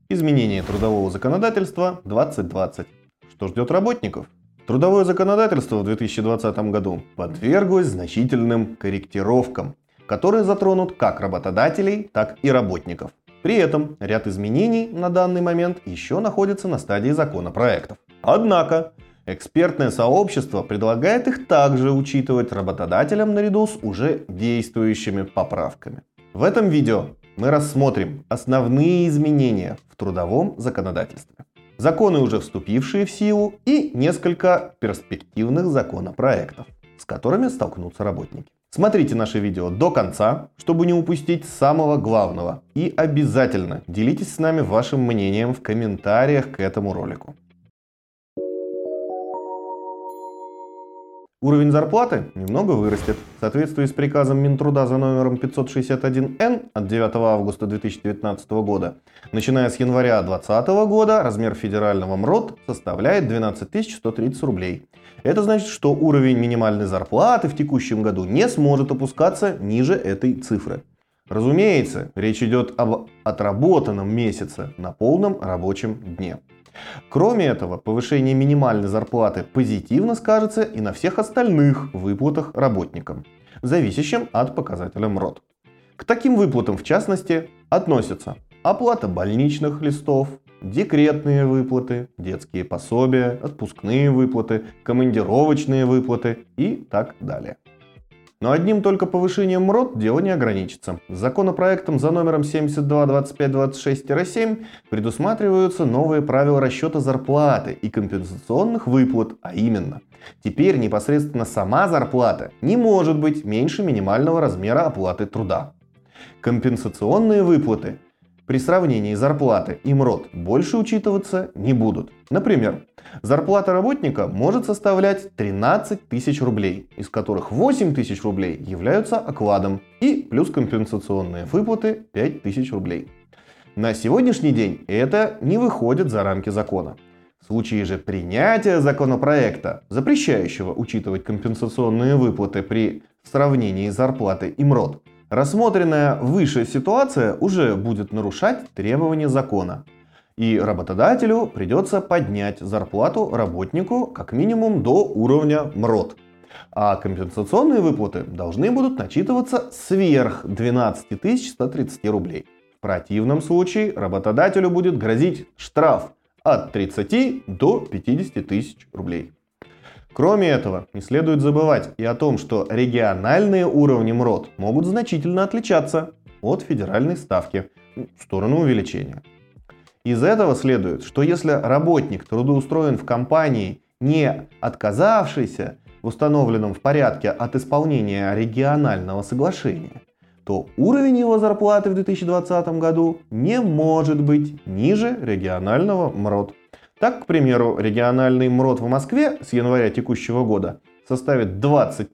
Изменение трудового законодательства 2020. Что ждет работников? Трудовое законодательство в 2020 году подверглось значительным корректировкам, которые затронут как работодателей, так и работников. При этом ряд изменений на данный момент еще находится на стадии законопроектов. Однако экспертное сообщество предлагает их также учитывать работодателям наряду с уже действующими поправками. В этом видео мы рассмотрим основные изменения в трудовом законодательстве, законы, уже вступившие в силу, и несколько перспективных законопроектов, с которыми столкнутся работники. Смотрите наше видео до конца, чтобы не упустить самого главного. И обязательно делитесь с нами вашим мнением в комментариях к этому ролику. Уровень зарплаты немного вырастет. В соответствии с приказом Минтруда за номером 561-Н от 9 августа 2019 года, начиная с января 2020 года, размер федерального МРОТ составляет 12 130 рублей. Это значит, что уровень минимальной зарплаты в текущем году не сможет опускаться ниже этой цифры. Разумеется, речь идет об отработанном месяце на полном рабочем дне. Кроме этого, повышение минимальной зарплаты позитивно скажется и на всех остальных выплатах работникам, зависящим от показателя МРОТ. К таким выплатам, в частности, относятся оплата больничных листов, декретные выплаты, детские пособия, отпускные выплаты, командировочные выплаты и так далее. Но одним только повышением МРОТ дело не ограничится. Законопроектом за номером 72-25-26-7 предусматриваются новые правила расчета зарплаты и компенсационных выплат, а именно, теперь непосредственно сама зарплата не может быть меньше минимального размера оплаты труда. Компенсационные выплаты при сравнении зарплаты и МРОТ больше учитываться не будут. Например, зарплата работника может составлять 13 тысяч рублей, из которых 8 тысяч рублей являются окладом и плюс компенсационные выплаты 5 тысяч рублей. На сегодняшний день это не выходит за рамки закона. В случае же принятия законопроекта, запрещающего учитывать компенсационные выплаты при сравнении зарплаты и МРОТ, рассмотренная выше ситуация уже будет нарушать требования закона. И работодателю придется поднять зарплату работнику как минимум до уровня МРОТ. А компенсационные выплаты должны будут начитываться сверх 12 130 рублей. В противном случае работодателю будет грозить штраф от 30 до 50 тысяч рублей. Кроме этого, не следует забывать и о том, что региональные уровни МРОТ могут значительно отличаться от федеральной ставки в сторону увеличения. Из этого следует, что если работник трудоустроен в компании, не отказавшейся в установленном порядке от исполнения регионального соглашения, то уровень его зарплаты в 2020 году не может быть ниже регионального МРОТ. Так, к примеру, региональный МРОТ в Москве с января текущего года составит 20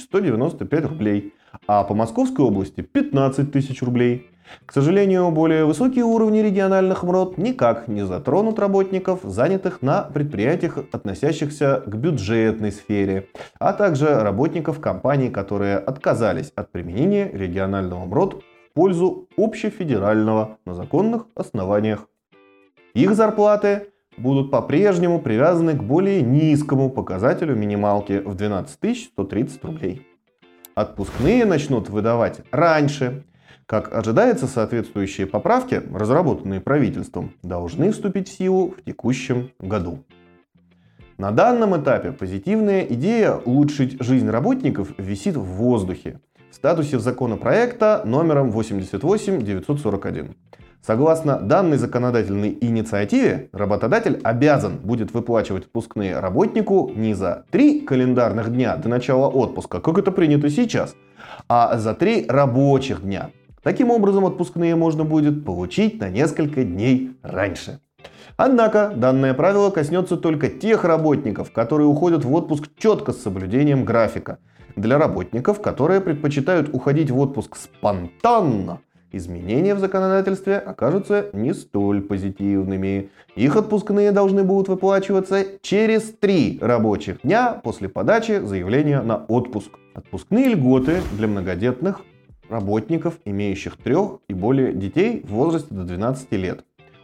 195 рублей, а по Московской области 15 тысяч рублей. К сожалению, более высокие уровни региональных МРОТ никак не затронут работников, занятых на предприятиях, относящихся к бюджетной сфере, а также работников компаний, которые отказались от применения регионального МРОТ в пользу общефедерального на законных основаниях. Их зарплаты будут по-прежнему привязаны к более низкому показателю минималки в 12 130 рублей. Отпускные начнут выдавать раньше. Как ожидается, соответствующие поправки, разработанные правительством, должны вступить в силу в текущем году. На данном этапе позитивная идея улучшить жизнь работников висит в воздухе в статусе законопроекта номером 88-941. Согласно данной законодательной инициативе, работодатель обязан будет выплачивать отпускные работнику не за 3 календарных дня до начала отпуска, как это принято сейчас, а за 3 рабочих дня. Таким образом, отпускные можно будет получить на несколько дней раньше. Однако, данное правило коснется только тех работников, которые уходят в отпуск четко с соблюдением графика. Для работников, которые предпочитают уходить в отпуск спонтанно, изменения в законодательстве окажутся не столь позитивными. Их отпускные должны будут выплачиваться через 3 рабочих дня после подачи заявления на отпуск. Отпускные льготы для многодетных работников, имеющих 3 и более детей в возрасте до 12 лет.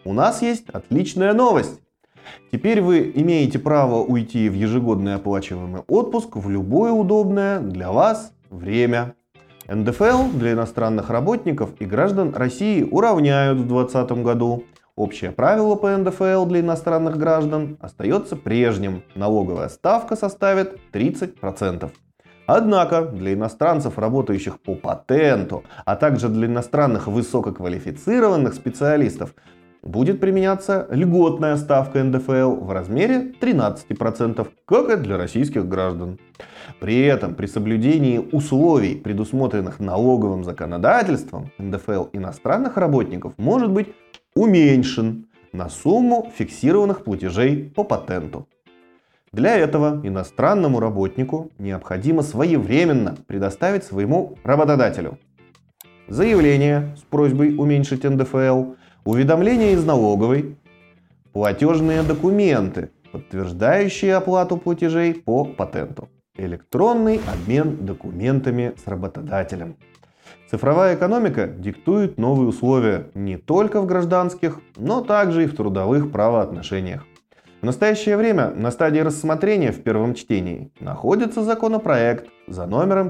у нас есть отличная новость. Теперь вы имеете право уйти в ежегодный оплачиваемый отпуск в любое удобное для вас время. НДФЛ для иностранных работников и граждан России уравняют в 2020 году. Общее правило по НДФЛ для иностранных граждан остается прежним. Налоговая ставка составит 30%. Однако для иностранцев, работающих по патенту, а также для иностранных высококвалифицированных специалистов, будет применяться льготная ставка НДФЛ в размере 13%, как и для российских граждан. При этом при соблюдении условий, предусмотренных налоговым законодательством, НДФЛ иностранных работников может быть уменьшен на сумму фиксированных платежей по патенту. Для этого иностранному работнику необходимо своевременно предоставить своему работодателю заявление с просьбой уменьшить НДФЛ, уведомление из налоговой, платежные документы, подтверждающие оплату платежей по патенту, электронный обмен документами с работодателем. Цифровая экономика диктует новые условия не только в гражданских, но также и в трудовых правоотношениях. В настоящее время на стадии рассмотрения в первом чтении находится законопроект за номером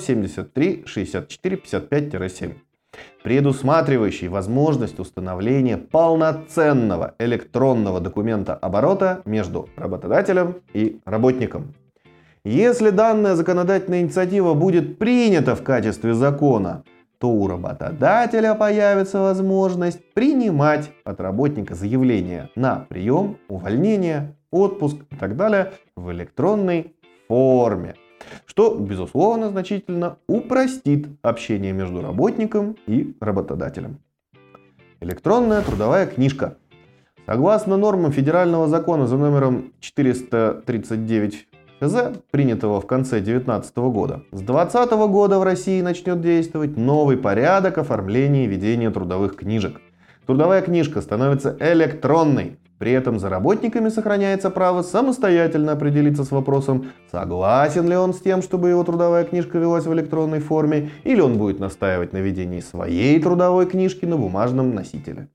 736455-7, предусматривающий возможность установления полноценного электронного документа оборота между работодателем и работником. Если данная законодательная инициатива будет принята в качестве закона, то у работодателя появится возможность принимать от работника заявления на прием, увольнение, отпуск и так далее в электронной форме, что, безусловно, значительно упростит общение между работником и работодателем. Электронная трудовая книжка. Согласно нормам федерального закона за номером 439 ФЗ, принятого в конце 2019 года, с 2020 года в России начнет действовать новый порядок оформления и ведения трудовых книжек. Трудовая книжка становится электронной. При этом за работниками сохраняется право самостоятельно определиться с вопросом, согласен ли он с тем, чтобы его трудовая книжка велась в электронной форме, или он будет настаивать на ведении своей трудовой книжки на бумажном носителе.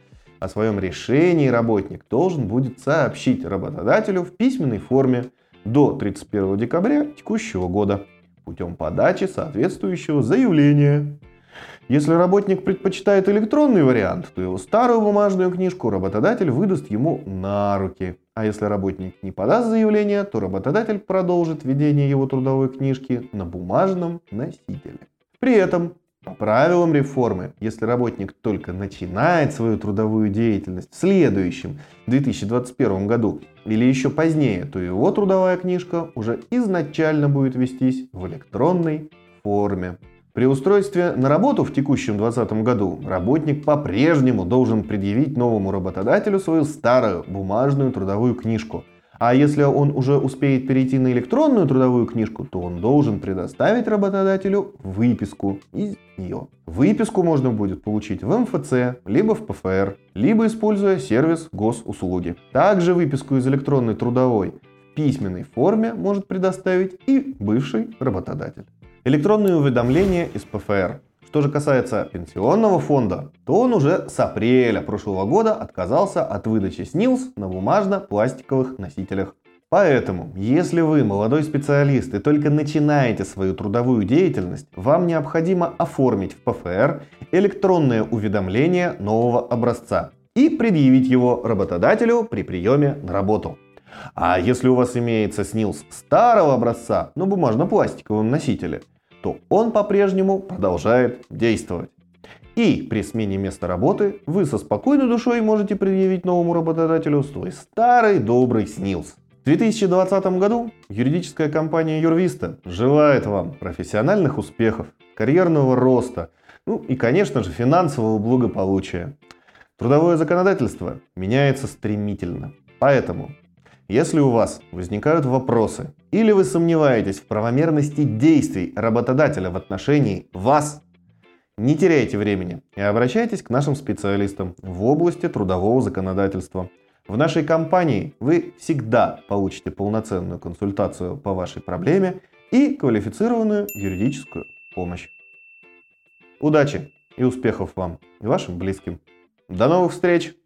О своем решении работник должен будет сообщить работодателю в письменной форме до 31 декабря текущего года путем подачи соответствующего заявления. Если работник предпочитает электронный вариант, то его старую бумажную книжку работодатель выдаст ему на руки. А если работник не подаст заявление, то работодатель продолжит ведение его трудовой книжки на бумажном носителе. При этом, по правилам реформы, если работник только начинает свою трудовую деятельность в следующем 2021 году или еще позднее, то его трудовая книжка уже изначально будет вестись в электронной форме. При устройстве на работу в текущем 2020 году работник по-прежнему должен предъявить новому работодателю свою старую бумажную трудовую книжку. А если он уже успеет перейти на электронную трудовую книжку, то он должен предоставить работодателю выписку из нее. Выписку можно будет получить в МФЦ, либо в ПФР, либо используя сервис госуслуги. Также выписку из электронной трудовой в письменной форме может предоставить и бывший работодатель. Электронные уведомления из ПФР. Что же касается пенсионного фонда, то он уже с апреля прошлого года отказался от выдачи СНИЛС на бумажно-пластиковых носителях. Поэтому, если вы молодой специалист и только начинаете свою трудовую деятельность, вам необходимо оформить в ПФР электронное уведомление нового образца и предъявить его работодателю при приеме на работу. А если у вас имеется СНИЛС старого образца на бумажно-пластиковом носителе, то он по-прежнему продолжает действовать. И при смене места работы вы со спокойной душой можете предъявить новому работодателю свой старый добрый СНИЛС. В 2020 году юридическая компания Юрвиста желает вам профессиональных успехов, карьерного роста, и, конечно же, финансового благополучия. Трудовое законодательство меняется стремительно. Поэтому, если у вас возникают вопросы или вы сомневаетесь в правомерности действий работодателя в отношении вас, не теряйте времени и обращайтесь к нашим специалистам в области трудового законодательства. В нашей компании вы всегда получите полноценную консультацию по вашей проблеме и квалифицированную юридическую помощь. Удачи и успехов вам и вашим близким. До новых встреч!